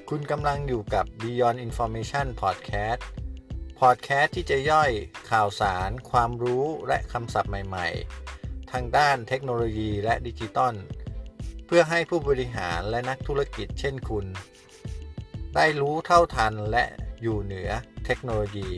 คุณกำลังอยู่กับ Beyond Information Podcast ที่จะย่อยข่าวสารความรู้และคำศัพท์ใหม่ๆทางด้านเทคโนโลยีและดิจิตอลเพื่อให้ผู้บริหารและนักธุรกิจเช่นคุณได้รู้เท่าทันและอยู่เหนือเทคโนโลยี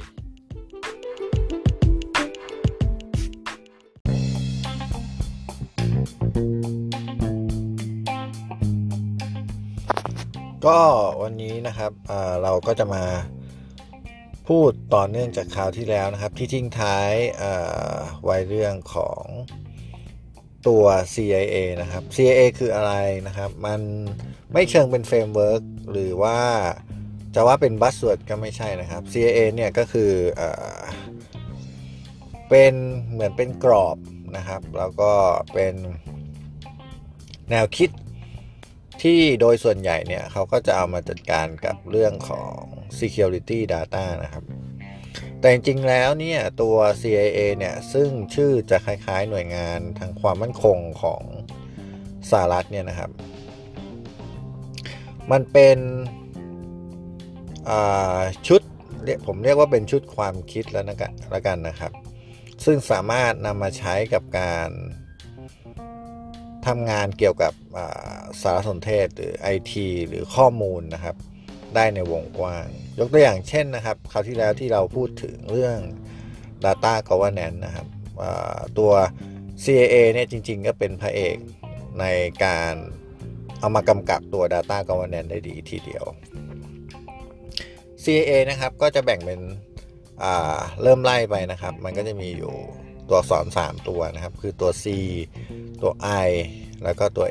ก็วันนี้นะครับเราก็จะมาพูดต่อเนื่องจากคราวที่แล้วนะครับที่ทิ้งท้ายไว้เรื่องของตัว CIA นะครับ CIA คืออะไรนะครับมันไม่เชิงเป็นเฟรมเวิร์กหรือว่าจะว่าเป็นบัสเวิร์ดก็ไม่ใช่นะครับ CIA เนี่ยก็คือเป็นเหมือนเป็นกรอบนะครับแล้วก็เป็นแนวคิดที่โดยส่วนใหญ่เนี่ยเขาก็จะเอามาจัดการกับเรื่องของ security data นะครับแต่จริงๆแล้วเนี่ยตัว CIA เนี่ยซึ่งชื่อจะคล้ายๆหน่วยงานทางความมั่นคงของสหรัฐเนี่ยนะครับมันเป็นชุดผมเรียกว่าเป็นชุดความคิดแล้วกันนะครับซึ่งสามารถนำมาใช้กับการทำงานเกี่ยวกับสารสนเทศหรือ IT หรือข้อมูลนะครับได้ในวงกว้างยกตัวอย่างเช่นนะครับคราวที่แล้วที่เราพูดถึงเรื่อง Data Governance นะครับตัว CIA เนี่ยจริงๆก็เป็นพระเอกในการเอามากำกับตัว Data Governance ได้ดีทีเดียว CIA นะครับก็จะแบ่งเป็นเริ่มไล่ไปนะครับมันก็จะมีอยู่ตัวอักษร3ตัวนะครับคือตัว C ตัว I แล้วก็ตัว A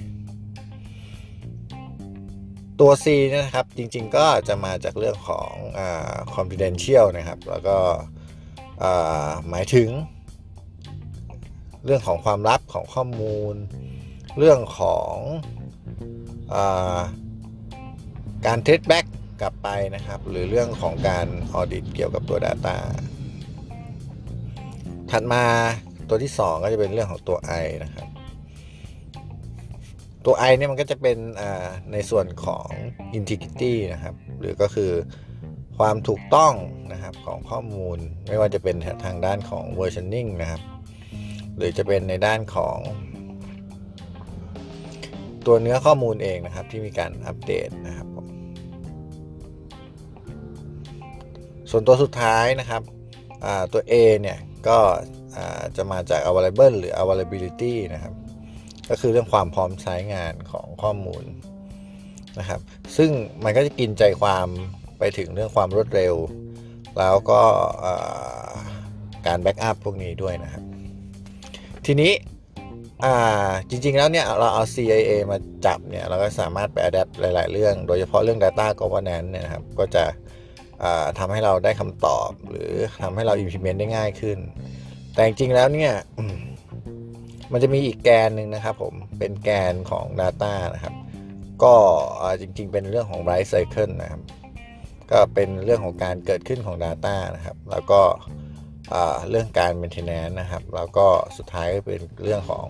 ตัว C นะครับจริงๆก็จะมาจากเรื่องของconfidential นะครับแล้วก็หมายถึงเรื่องของความลับของข้อมูลเรื่องของการ trace back กลับไปนะครับหรือเรื่องของการออดิตเกี่ยวกับตัว Data ถัดมาตัวที่2ก็จะเป็นเรื่องของตัว I นะครับตัว I เนี่ยมันก็จะเป็นในส่วนของ integrity นะครับหรือก็คือความถูกต้องนะครับของข้อมูลไม่ว่าจะเป็นทางด้านของ versioning นะครับหรือจะเป็นในด้านของตัวเนื้อข้อมูลเองนะครับที่มีการอัปเดตนะครับส่วนตัวสุดท้ายนะครับตัว A เนี่ยก็จะมาจาก available หรือ availability นะครับก็คือเรื่องความพร้อมใช้งานของข้อมูลนะครับซึ่งมันก็จะกินใจความไปถึงเรื่องความรวดเร็วแล้วก็การแบ็กอัพพวกนี้ด้วยนะครับทีนี้จริงๆแล้วเนี่ยเราเอา CIA มาจับเนี่ยเราก็สามารถไป adapt หลายๆเรื่องโดยเฉพาะเรื่อง data governance เนี่ยนะครับก็จะทำให้เราได้คำตอบหรือทำให้เรา implement ได้ง่ายขึ้นแต่จริงๆแล้วเนี่ยมันจะมีอีกแกนหนึ่งนะครับผมเป็นแกนของ data นะครับก็จริงๆเป็นเรื่องของ life cycle นะครับก็เป็นเรื่องของการเกิดขึ้นของ data นะครับแล้วก็เรื่องการ maintenance นะครับแล้วก็สุดท้ายก็เป็นเรื่องของ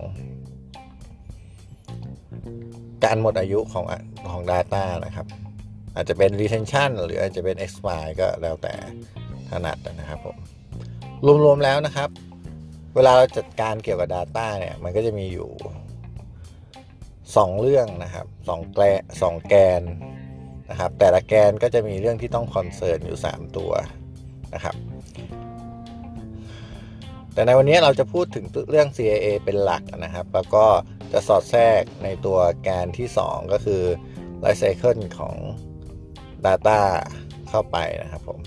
การหมดอายุของ data นะครับอาจจะเป็น retention หรืออาจจะเป็น expire ก็แล้วแต่ถนัดนะครับผมรวมๆแล้วนะครับเวลาเราจัดการเกี่ยวกับ data เนี่ยมันก็จะมีอยู่2เรื่องนะครับ2แกนนะครับแต่ละแกนก็จะมีเรื่องที่ต้องคอนเซิร์นอยู่3ตัวนะครับแต่ในวันนี้เราจะพูดถึงเรื่อง CIA เป็นหลักนะครับแล้วก็จะสอดแทรกในตัวแกนที่2ก็คือ life cycle ของ data เข้าไปนะครับผม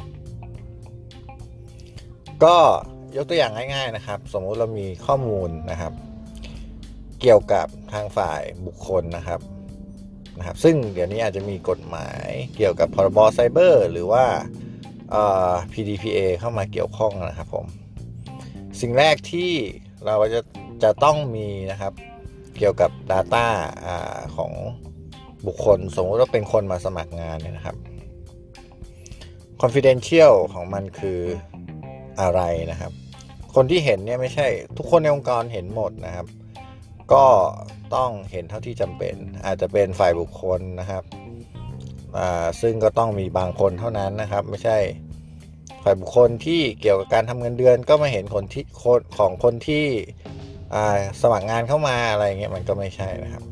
ก็ยกตัวอย่างง่ายๆนะครับสมมุติเรามีข้อมูลนะครับเกี่ยวกับทางฝ่ายบุคคลนะครับซึ่งเดี๋ยวนี้อาจจะมีกฎหมายเกี่ยวกับพรบไซเบอร์หรือว่าPDPA เข้ามาเกี่ยวข้องนะครับผมสิ่งแรกที่เราจะต้องมีนะครับเกี่ยวกับ data ของบุคคลสมมติว่าเป็นคนมาสมัครงานเนี่ยนะครับ confidential ของมันคืออะไรนะครับคนที่เห็นเนี่ยไม่ใช่ทุกคนในองค์กรเห็นหมดนะครับก็ต้องเห็นเท่าที่จำเป็นอาจจะเป็นฝ่ายบุคคลนะครับซึ่งก็ต้องมีบางคนเท่านั้นนะครับไม่ใช่ฝ่ายบุคคลที่เกี่ยวกับการทำเงินเดือนก็มาเห็นคนที่ของคนที่สมัครงานเข้ามาอะไรเงี้ยมันก็ไม่ใช่นะครับ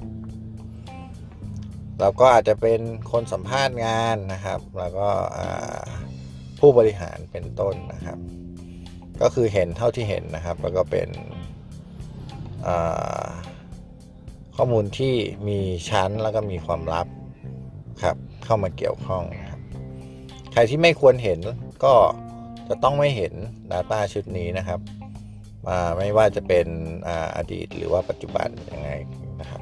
เราก็อาจจะเป็นคนสัมภาษณ์งานนะครับแล้วก็ผู้บริหารเป็นต้นนะครับก็คือเห็นเท่าที่เห็นนะครับแล้วก็เป็นข้อมูลที่มีชั้นแล้วก็มีความลับครับเข้ามาเกี่ยวข้องนะครับใครที่ไม่ควรเห็นก็จะต้องไม่เห็น Data ชุดนี้นะครับไม่ว่าจะเป็นอดีตหรือว่าปัจจุบันยังไงนะครับ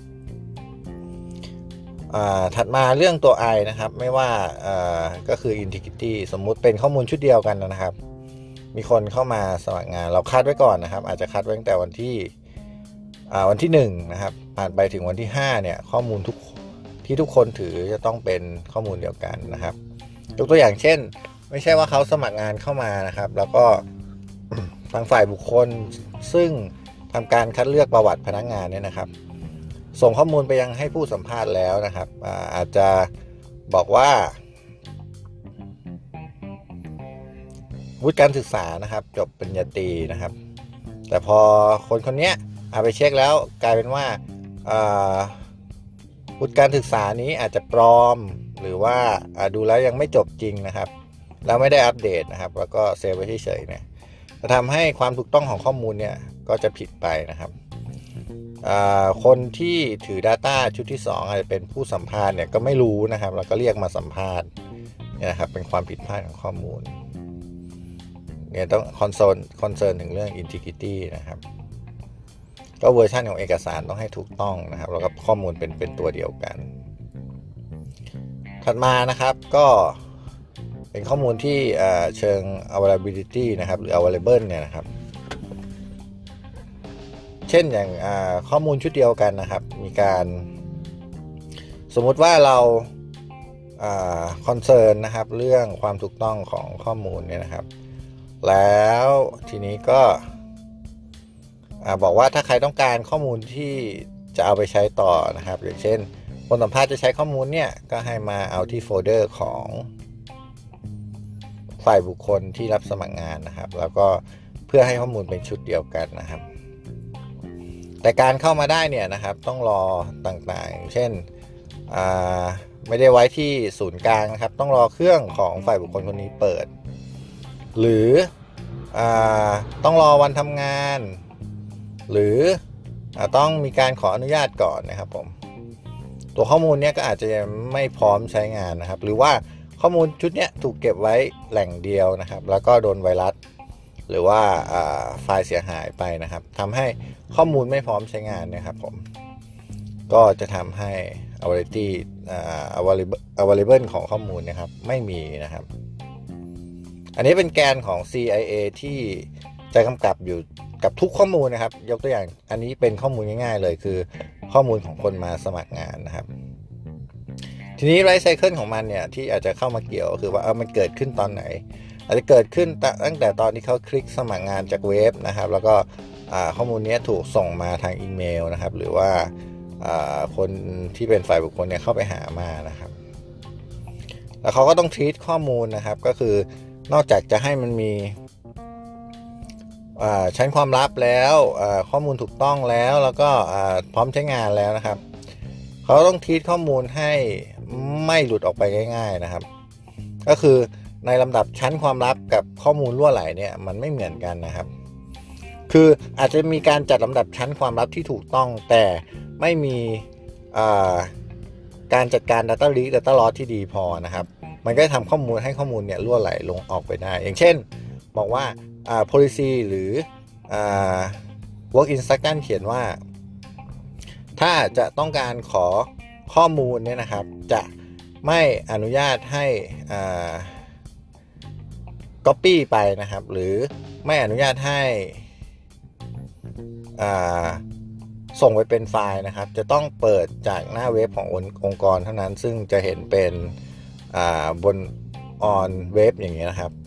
ถัดมาเรื่องตัว I นะครับไม่ว่าก็คือ integrity สมมุติเป็นข้อมูลชุดเดียวกันนะครับมีคนเข้ามาสมัครงานเราคัดไว้ก่อนนะครับอาจจะคัดไว้ตั้งแต่วันที่1นะครับผ่านไปถึงวันที่5เนี่ยข้อมูลที่ทุกคนถือจะต้องเป็นข้อมูลเดียวกันนะครับยกตัวอย่างเช่นไม่ใช่ว่าเขาสมัครงานเข้ามานะครับแล้วก็ ทางฝ่ายบุคคลซึ่งทำการคัดเลือกประวัติพนักงานเนี่ยนะครับส่งข้อมูลไปยังให้ผู้สัมภาษณ์แล้วนะครับอาจจะบอกว่าวุฒิการศึกษานะครับจบปริญญาตรีนะครับแต่พอคนนี้ไปเช็คแล้วกลายเป็นว่าวุฒิการศึกษานี้อาจจะปลอมหรือว่าดูแล้วยังไม่จบจริงนะครับแล้วไม่ได้อัปเดตนะครับแล้วก็เซฟไว้เฉยๆเนี่ยจะทำให้ความถูกต้องของข้อมูลเนี่ยก็จะผิดไปนะครับคนที่ถือ Data ชุดที่2อาจจะเป็นผู้สัมภาษณ์เนี่ยก็ไม่รู้นะครับแล้วก็เรียกมาสัมภาษณ์เนี่ยนะครับเป็นความผิดพลาดของข้อมูลเนี่ยต้องคอนเซิร์นถึงเรื่อง integrity นะครับก็เวอร์ชันของเอกสารต้องให้ถูกต้องนะครับแล้วก็ข้อมูลเป็นตัวเดียวกันถัดมานะครับก็เป็นข้อมูลที่เชิง availability นะครับหรือ available เนี่ยนะครับเช่นอย่างข้อมูลชุดเดียวกันนะครับมีการสมมุติว่าเราคอนเซิร์นนะครับเรื่องความถูกต้องของข้อมูลเนี่ยนะครับแล้วทีนี้ก็บอกว่าถ้าใครต้องการข้อมูลที่จะเอาไปใช้ต่อนะครับอย่างเช่นคนสัมภาษณ์จะใช้ข้อมูลเนี่ยก็ให้มาเอาที่โฟลเดอร์ของฝ่ายบุคคลที่รับสมัครงานนะครับแล้วก็เพื่อให้ข้อมูลเป็นชุดเดียวกันนะครับแต่การเข้ามาได้เนี่ยนะครับต้องรอต่างๆเช่นไม่ได้ไว้ที่ศูนย์กลางนะครับต้องรอเครื่องของฝ่ายบุคคลคนนี้เปิดหรือต้องรอวันทำงานหรือต้องมีการขออนุญาตก่อนนะครับผมตัวข้อมูลเนี้ยก็อาจจะไม่พร้อมใช้งานนะครับหรือว่าข้อมูลชุดเนี้ยถูกเก็บไว้แหล่งเดียวนะครับแล้วก็โดนไวรัสหรือว่าไฟล์เสียหายไปนะครับทำให้ข้อมูลไม่พร้อมใช้งานนะครับผมก็จะทำให้ available ของข้อมูลนะครับไม่มีนะครับอันนี้เป็นแกนของ CIA ที่จะกำกับอยู่กับทุกข้อมูลนะครับยกตัวอย่างอันนี้เป็นข้อมูลง่ายๆเลยคือข้อมูลของคนมาสมัครงานนะครับทีนี้ไลฟ์ไซเคิลของมันเนี่ยที่อาจจะเข้ามาเกี่ยวคือว่ามันเกิดขึ้นตอนไหนอาจจะเกิดขึ้นตั้งแต่ตอนที่เขาคลิกสมัครงานจากเว็บนะครับแล้วก็ข้อมูลนี้ถูกส่งมาทางอีเมลนะครับหรือว่าคนที่เป็นฝ่ายบุคคลเนี่ยเข้าไปหามานะครับแล้วเขาก็ต้องทรีตข้อมูลนะครับก็คือนอกจากจะให้มันมีชั้นความลับแล้วข้อมูลถูกต้องแล้วก็พร้อมใช้งานแล้วนะครับเขาต้องทรีตข้อมูลให้ไม่หลุดออกไปง่ายๆนะครับก็คือในลำดับชั้นความลับกับข้อมูลรั่วไหลเนี่ยมันไม่เหมือนกันนะครับคืออาจจะมีการจัดลำดับชั้นความลับที่ถูกต้องแต่ไม่มีการจัดการ Data Leak Data Loss ที่ดีพอนะครับมันก็จะทำข้อมูลให้ข้อมูลเนี่ยรั่วไหลลงออกไปได้อย่างเช่นบอกว่าpolicy หรือwork instruction เขียนว่าถ้าจะต้องการขอข้อมูลเนี่ยนะครับจะไม่อนุญาตให้copy ไปนะครับหรือไม่อนุญาตให้ส่งไปเป็นไฟล์นะครับจะต้องเปิดจากหน้าเว็บขององค์กรเท่านั้นซึ่งจะเห็นเป็นบน on เว็บอย่างเงี้ยนะครับ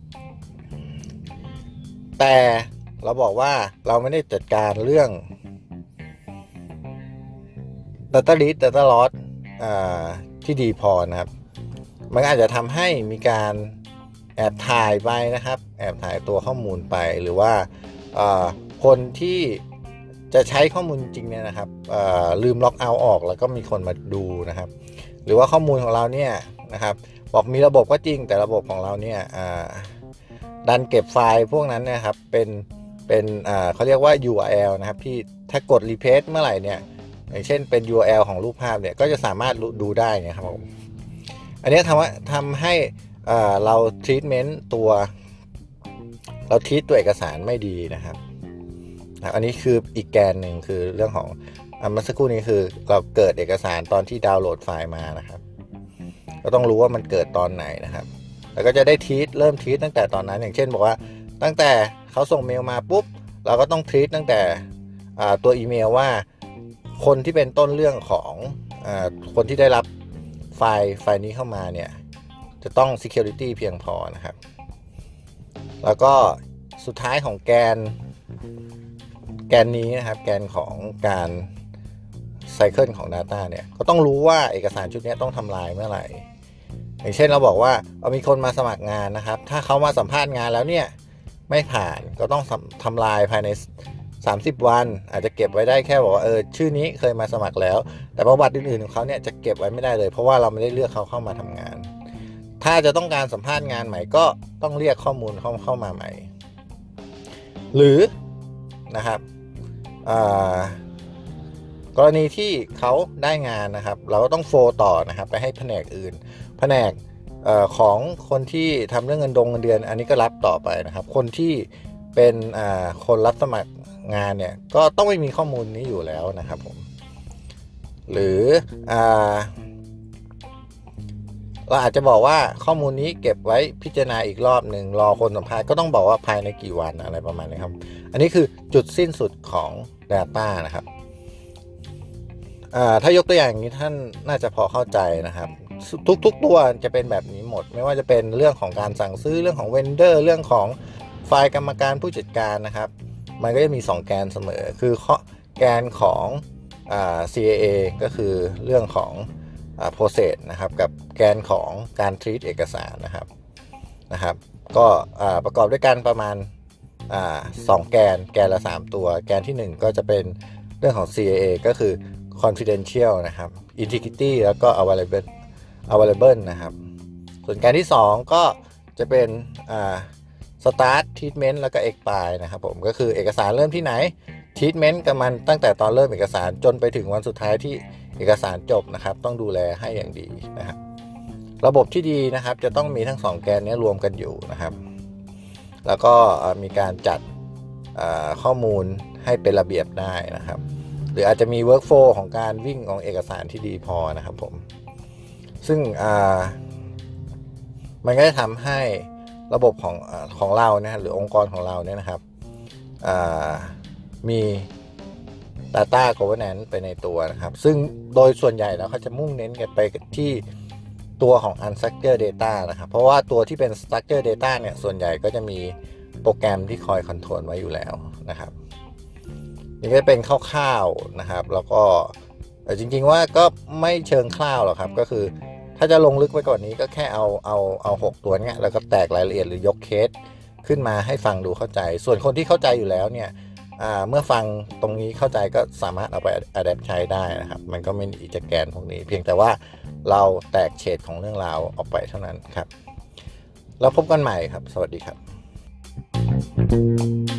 แต่เราบอกว่าเราไม่ได้จัดการเรื่อง Data Leak Data Loss ที่ดีพอนะครับมันอาจจะทำให้มีการแอบถ่ายไปนะครับแอบถ่ายตัวข้อมูลไปหรือว่าคนที่จะใช้ข้อมูลจริงเนี่ยนะครับลืมล็อกเอาท์ออกแล้วก็มีคนมาดูนะครับหรือว่าข้อมูลของเราเนี่ยนะครับบอกมีระบบก็จริงแต่ระบบของเราเนี่ยดันเก็บไฟล์พวกนั้นนะครับเป็นเขาเรียกว่า URL นะครับที่ถ้ากด replace เมื่อไหร่เนี่ยอย่างเช่นเป็น URL ของรูปภาพเนี่ยก็จะสามารถดูได้นะครับผมอันนี้ทำให้เรา treatment ตัวเรา treat ตัวเอกสารไม่ดีนะครับอันนี้คืออีกแกนหนึ่งคือเรื่องของเมื่อสักครู่นี้คือเราเกิดเอกสารตอนที่ดาวน์โหลดไฟล์มานะครับก็ต้องรู้ว่ามันเกิดตอนไหนนะครับแล้วก็จะได้เริ่มทีทตั้งแต่ตอนนั้นอย่างเช่นบอกว่าตั้งแต่เขาส่งเมลมาปุ๊บเราก็ต้องทีทตั้งแต่ตัวอีเมลว่าคนที่เป็นต้นเรื่องของคนที่ได้รับไฟล์นี้เข้ามาเนี่ยจะต้อง security เพียงพอนะครับแล้วก็สุดท้ายของแกนนี้นะครับแกนของการไซเคิลของ Data เนี่ยก็ต้องรู้ว่าเอกสารชุดนี้ต้องทำลายเมื่อไหร่อย่างเช่นเราบอกว่ามีคนมาสมัครงานนะครับถ้าเขามาสัมภาษณ์งานแล้วเนี่ยไม่ผ่านก็ต้องทำลายภายใน30 วันอาจจะเก็บไว้ได้แค่บอกว่าชื่อนี้เคยมาสมัครแล้วแต่ประวัติอื่นๆของเขาเนี่ยจะเก็บไว้ไม่ได้เลยเพราะว่าเราไม่ได้เลือกเขาเข้ามาทำงานถ้าจะต้องการสัมภาษณ์งานใหม่ก็ต้องเรียกข้อมูลเข้ามาใหม่หรือนะครับกรณีที่เขาได้งานนะครับเราก็ต้องโฟลต่อนะครับไปให้แผนกอื่นแผนกของคนที่ทำเรื่องเงินเดือนอันนี้ก็รับต่อไปนะครับคนที่เป็นคนรับสมัครงานเนี่ยก็ต้องไม่มีข้อมูลนี้อยู่แล้วนะครับผมหรือเราอาจจะบอกว่าข้อมูลนี้เก็บไว้พิจารณาอีกรอบหนึ่งรอคนสัมภาษณ์ก็ต้องบอกว่าภายในกี่วันอะไรประมาณนี้ครับอันนี้คือจุดสิ้นสุดของ Data นะครับถ้ายกตัวอย่างนี้ท่านน่าจะพอเข้าใจนะครับทุกตัวจะเป็นแบบนี้หมดไม่ว่าจะเป็นเรื่องของการสั่งซื้อเรื่องของเวนเดอร์เรื่องของฝ่ายกรรมการผู้จัดการนะครับมันก็จะมี2แกนเสมอคือแกนของCAA ก็คือเรื่องของprocess นะครับกับแกนของการ treat เอกสารนะครับก็ประกอบด้วยกันประมาณ2แกนละ3ตัวแกนที่1ก็จะเป็นเรื่องของ CAA ก็คือ confidential นะครับ integrity แล้วก็ available นะครับส่วนแกนที่2ก็จะเป็นstart treatment แล้วก็ expire นะครับผมก็คือเอกสารเริ่มที่ไหน treatment กับมันตั้งแต่ตอนเริ่มเอกสารจนไปถึงวันสุดท้ายที่เอกสารจบนะครับต้องดูแลให้อย่างดีนะครับระบบที่ดีนะครับจะต้องมีทั้ง2แกนนี้รวมกันอยู่นะครับแล้วก็มีการจัดข้อมูลให้เป็นระเบียบได้นะครับหรืออาจจะมี workflow ของการวิ่งของเอกสารที่ดีพอนะครับผมซึ่งมันก็จะทำให้ระบบของเรานะหรือองค์กรของเราเนี่ยนะครับมี Data Governance ไปในตัวนะครับซึ่งโดยส่วนใหญ่แล้วเขาจะมุ่งเน้นกันไปที่ตัวของ Unstructured Data นะครับเพราะว่าตัวที่เป็น Structured Data เนี่ยส่วนใหญ่ก็จะมีโปรแกรมที่คอยคอนโทรลไว้อยู่แล้วนะครับนี่ก็เป็นคร่าวๆนะครับแล้วก็จริงๆว่าก็ไม่เชิงคร่าวหรอกครับก็คือถ้าจะลงลึกไปกว่านี้ก็แค่เอา6ตัวนี้แล้วก็แตกรายละเอียดหรือยกเคสขึ้นมาให้ฟังดูเข้าใจส่วนคนที่เข้าใจอยู่แล้วเนี่ยเมื่อฟังตรงนี้เข้าใจก็สามารถเอาไป adapt ใช้ได้นะครับมันก็ไม่หนีจากแกนพวกนี้เพียงแต่ว่าเราแตกเฉดของเรื่องราวออกไปเท่านั้นครับแล้วพบกันใหม่ครับสวัสดีครับ